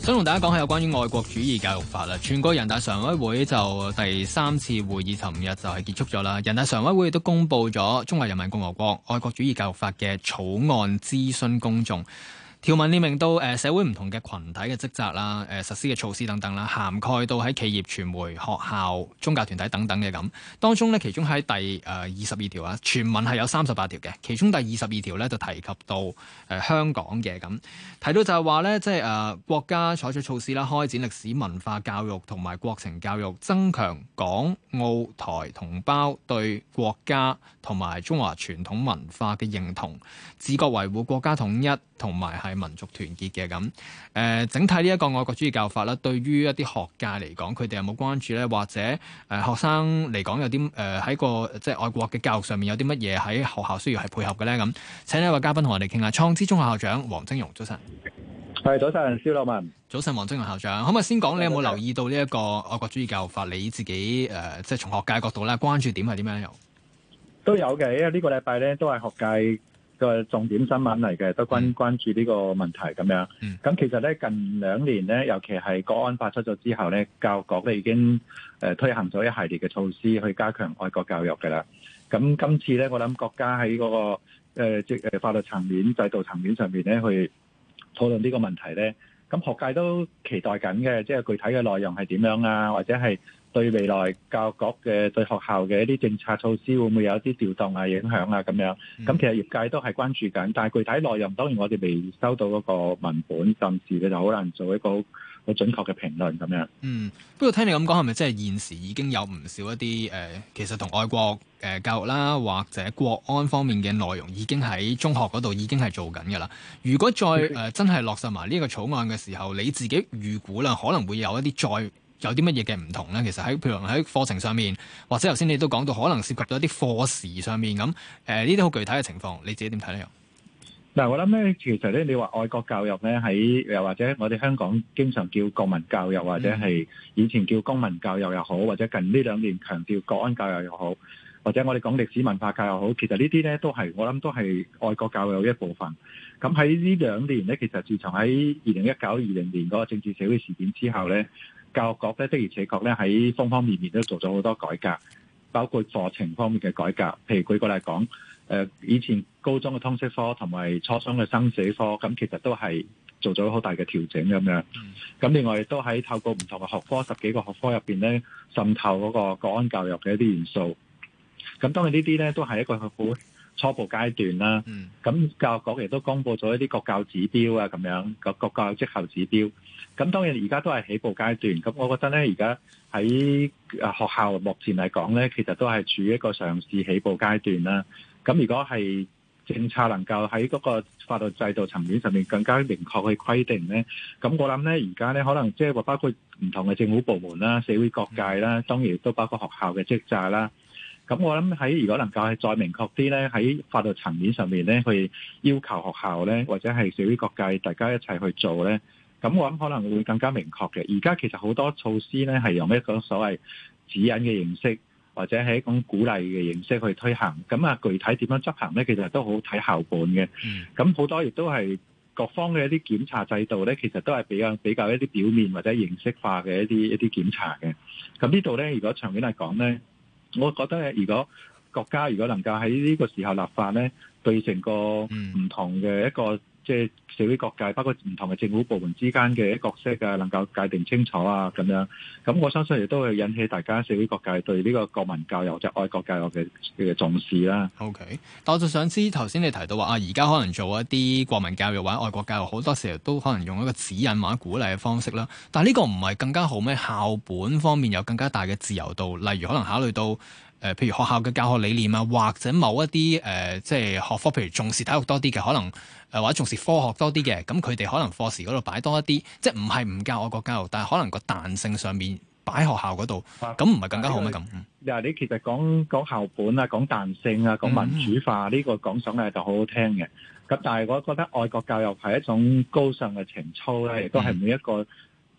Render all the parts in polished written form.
想同大家講下有關於愛國主義教育法啦。全國人大常委會就第3次會議尋日就係結束咗啦。人大常委會亦都公布咗《中華人民共和國愛國主義教育法》嘅草案諮詢公眾。條文列明到社會唔同嘅群體嘅職責啦、實施嘅措施等等啦，涵蓋到喺企業、傳媒、學校、宗教團體等等嘅咁。當中咧，其中喺第22條啊，全文係有38條嘅，其中第22條咧就提及到香港嘅咁，提到就係話咧，即係國家採取措施啦，開展歷史文化教育同埋國情教育，增強港澳台同胞對國家同埋中華傳統文化嘅認同，自覺維護國家統一同埋係民族團結嘅咁。整體呢一個愛國主義教育法咧，對於一啲學界嚟講，佢哋有冇關注咧？或者學生嚟講有啲喺個即係愛國嘅教育上面有啲乜嘢喺學校需要係配合嘅咧？咁請呢一位嘉賓同我哋傾下。創知中學校長黃晶榕，早晨。 係，早晨，蕭樂文。 早晨，黃晶榕校長，可唔可以先講你有冇留意到呢一個愛國主義教育法？你自己即係從學界角度咧，關注點係點樣有？ 都有嘅，因為呢個禮拜咧都係學界嘅重點新聞嚟嘅，都關注呢個問題咁樣。咁其實咧近2年咧，尤其係國安法出咗之後咧，教育局咧已經推行咗一系列嘅措施去加強愛國教育嘅啦。咁今次咧，我諗國家喺嗰個法律層面、制度層面上面咧去討論呢個問題咧，咁學界都期待緊嘅，即係具體嘅內容係點樣啊，或者係對未來教育局嘅對學校嘅一啲政策措施會唔會有一啲調動啊、影響啊咁樣。咁其實業界都係關注緊，但係具體內容當然我哋未收到嗰個文本，暫時嘅就好難做一個好準確嘅評論咁樣。 不過聽你咁講，係咪即係現時已經有唔少一啲其實同愛國教育啦，或者國安方面嘅內容已經喺中學嗰度已經係做緊㗎啦。如果再真係落實埋呢個草案嘅時候，你自己預估啦，可能會有一啲再有啲乜嘢嘅唔同咧？其實喺譬如喺課程上面，或者頭先你都講到可能涉及到一啲課時上面咁，呢啲好具體嘅情況，你自己點睇咧？ 嗱，我諗咧，其實咧，你話愛國教育咧，喺又或者我哋香港經常叫國民教育，或者係以前叫公民教育又好，或者近呢2年強調國安教育又好，或者我哋講歷史文化教育又好，其實呢啲咧都係我諗都係愛國教育嘅一部分。咁喺呢2年咧，其實自從喺2019-20年嗰個政治社會事件之後咧，教育局咧的而且確咧喺方方面面都做咗好多改革，包括課程方面嘅改革。譬如舉個例講，以前高中嘅通識科同埋初中嘅生死科，咁其實都係做咗好大嘅調整咁樣。咁另外亦都喺透過唔同嘅學科，10幾個學科入邊咧，滲透嗰個國安教育嘅一啲元素。咁當然呢啲咧都係一個好初步階段啦。咁教育局亦都公布咗一啲國教指標啊，咁樣國教績效指標。咁當然而家都係起步階段。咁我覺得咧，而家喺學校目前嚟講咧，其實都係處於一個嘗試起步階段啦。咁如果係政策能夠喺嗰個法律制度層面上面更加明確去規定咧，咁我諗咧而家咧可能即係話包括唔同嘅政府部門啦、社會各界啦，當然亦都包括學校嘅職責啦。咁我諗喺如果能夠係再明確啲咧，喺法律層面上面咧去要求學校咧，或者係社會各界大家一齊去做咧，咁我諗可能會更加明確嘅。而家其實好多措施咧係用一個所謂指引嘅形式，或者係一種鼓勵嘅形式去推行。咁啊，具體點樣執行咧，其實都好睇校本嘅。咁好多亦都係各方嘅一啲檢查制度咧，其實都係比較一啲表面或者形式化嘅一啲檢查嘅。咁呢度咧，如果長遠嚟講咧，我覺得如果國家如果能夠喺呢個時候立法咧，對成個唔同嘅一個即係社會各界，包括唔同嘅政府部門之間嘅角色啊，能夠界定清楚啊，咁樣，咁我相信亦都會引起大家社會各界對呢個國民教育即係愛國教育嘅重視啦。 OK， 但我就想知頭先你提到話而家可能做一啲國民教育或者愛國教育，好多時候都可能用一個指引或者鼓勵嘅方式啦。但係呢個唔係更加好咩？校本方面有更加大嘅自由度，例如可能考慮到譬如學校嘅教學理念啊，或者某一啲即係學科，譬如重視體育多啲嘅，可能或者重視科學多啲嘅，咁佢哋可能課時嗰度擺多一啲，即係唔係唔教愛國教育，但係可能個彈性上面擺喺學校嗰度，咁唔係更加好咩？咁你其實講校本啊，講彈性啊，講民主化呢個講上嚟就好好聽嘅。咁但係我覺得愛國教育係一種高尚嘅情操咧，亦都係每一個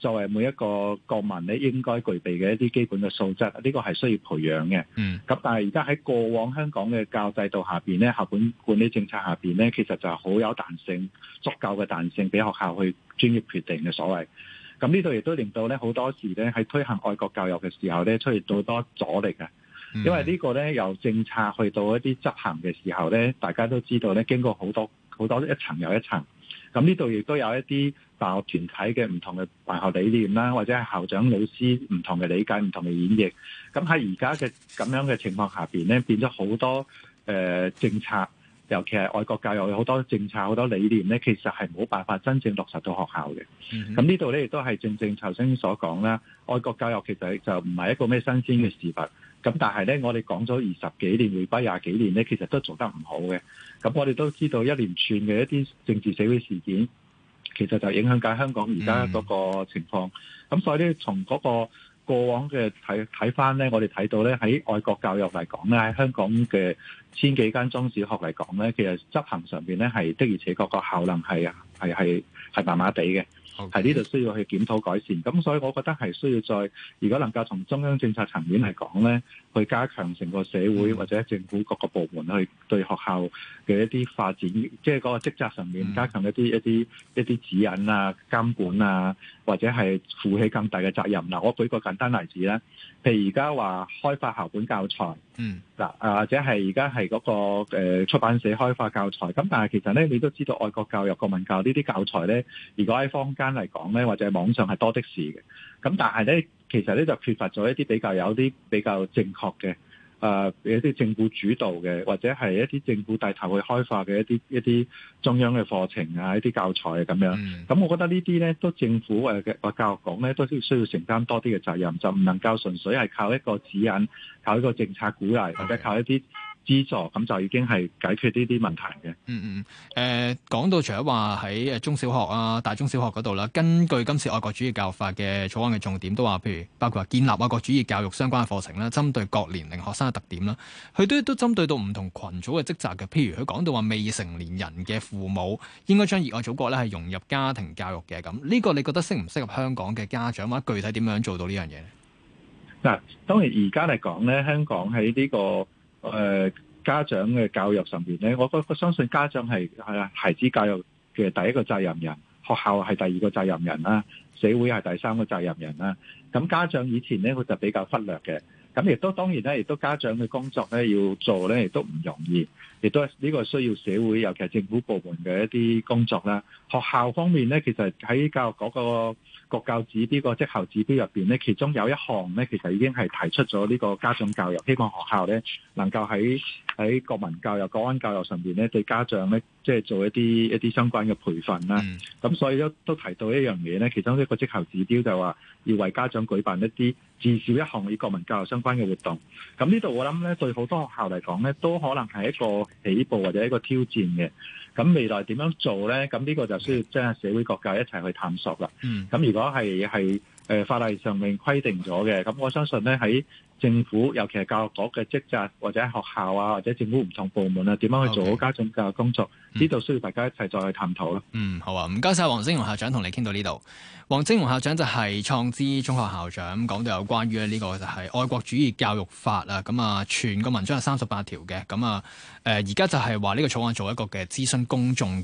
作為每一個國民咧應該具備嘅一啲基本嘅素質，呢個係需要培養嘅。咁但係而家喺過往香港嘅教育制度下邊咧，校本管理政策下邊咧，其實就係好有彈性，足夠嘅彈性俾學校去專業決定嘅所謂。咁呢度亦都令到咧好多時咧喺推行愛國教育嘅時候咧，出現到好多阻力嘅。因為呢個咧由政策去到一啲執行嘅時候咧，大家都知道咧經過好多一層又一層。咁呢度亦都有一啲辦學團體嘅唔同嘅辦學理念啦，或者係校長老師唔同嘅理解、唔同嘅演繹。咁喺而家嘅咁樣嘅情況下邊咧，變咗好多政策，尤其係愛國教育有好多政策、好多理念咧，其實係冇辦法真正落實到學校嘅。咁呢度咧亦都係正正頭先所講啦，愛國教育其實就唔係一個咩新鮮嘅事物。咁但係咧，我哋講咗20幾年，回歸20幾年咧，其實都做得唔好嘅。咁我哋都知道一連串嘅一啲政治社會事件，其實就影響緊香港而家嗰個情況。咁所以咧，從嗰個過往嘅睇翻咧，我哋睇到咧喺愛國教育嚟講咧，喺香港嘅千幾間中小學嚟講咧，其實執行上邊咧係的而且確個效能係麻麻地嘅。喺呢度需要去檢討改善，咁所以我覺得係需要再，如果能夠從中央政策層面嚟講咧，去加強成個社會或者政府各個部門去對學校嘅一啲發展，即係嗰個職責上面加強一啲指引啊、監管啊，或者係負起更大嘅責任。嗱，我舉個簡單例子啦，譬如而家話開發校本教材，或者係而家係嗰個出版社開發教材，咁但係其實咧，你都知道愛國教育、國民教育呢啲教材咧，如果喺坊間嚟講咧，或者係網上係多的是嘅。咁但係咧，其實咧就缺乏咗一啲有啲比較正確嘅，一啲政府主導嘅，或者係一啲政府帶頭去開發嘅一啲中央嘅課程啊，一啲教材啊咁樣。咁我覺得呢啲咧都政府或教育局咧都需要承擔多啲嘅責任，就唔能夠純粹係靠一個指引、靠一個政策鼓勵，或者靠一啲資助，咁就已經係解決呢啲問題嘅。 講到除咗話喺中小學啊、大中小學嗰度啦，根據今次愛國主義教育法嘅草案嘅重點，都話譬如包括話建立愛國主義教育相關嘅課程啦，針對各年齡學生嘅特點啦，佢都針對到唔同群組嘅職責嘅。譬如佢講到話未成年人嘅父母應該將熱愛祖國咧係融入家庭教育嘅，咁呢個你覺得適唔適合香港嘅家長，或者具體點樣做到呢樣嘢咧？ 嗱，當然而家嚟講咧，香港喺呢個家長嘅教育上邊咧，我相信家長係孩子教育嘅第一個責任人，學校係第二個責任人啦，社會係第三個責任人啦。咁家長以前咧，佢就比較忽略嘅。咁亦都當然咧，亦都家長嘅工作咧要做咧，亦都唔容易，亦都呢個需要社會尤其係政府部門嘅一啲工作啦。學校方面咧，其實喺教育嗰個國教指標個績效指標入邊咧，其中有一項咧，其實已經係提出咗呢個家長教育，希望學校咧能夠喺國民教育、國安教育上邊咧，對家長咧即係做一啲相關嘅培訓啦。咁所以都提到一樣嘢咧，其中一個績效指標就話要為家長舉辦一啲至少一項與國民教育相關嘅活動。咁呢度我諗咧，對好多學校嚟講咧，都可能係一個起步或者一個挑戰嘅。咁未來點樣做咧？咁呢個就需要將社會各界一齊去探索啦。咁如果係法例上面規定咗嘅，咁我相信咧喺政府，尤其係教育局嘅職責，或者學校啊，或者政府唔同部門啊，點樣去做好家長教育工作？呢度需要大家一齊再去探討咯。 好啊，唔該晒黃晶榕校長，同你傾到呢度。黃晶榕校長就係創知中學校長，講到有關於呢個就係愛國主義教育法啊。咁啊，全個文章係38條嘅。咁啊，而家就係話呢個草案做一個嘅諮詢公眾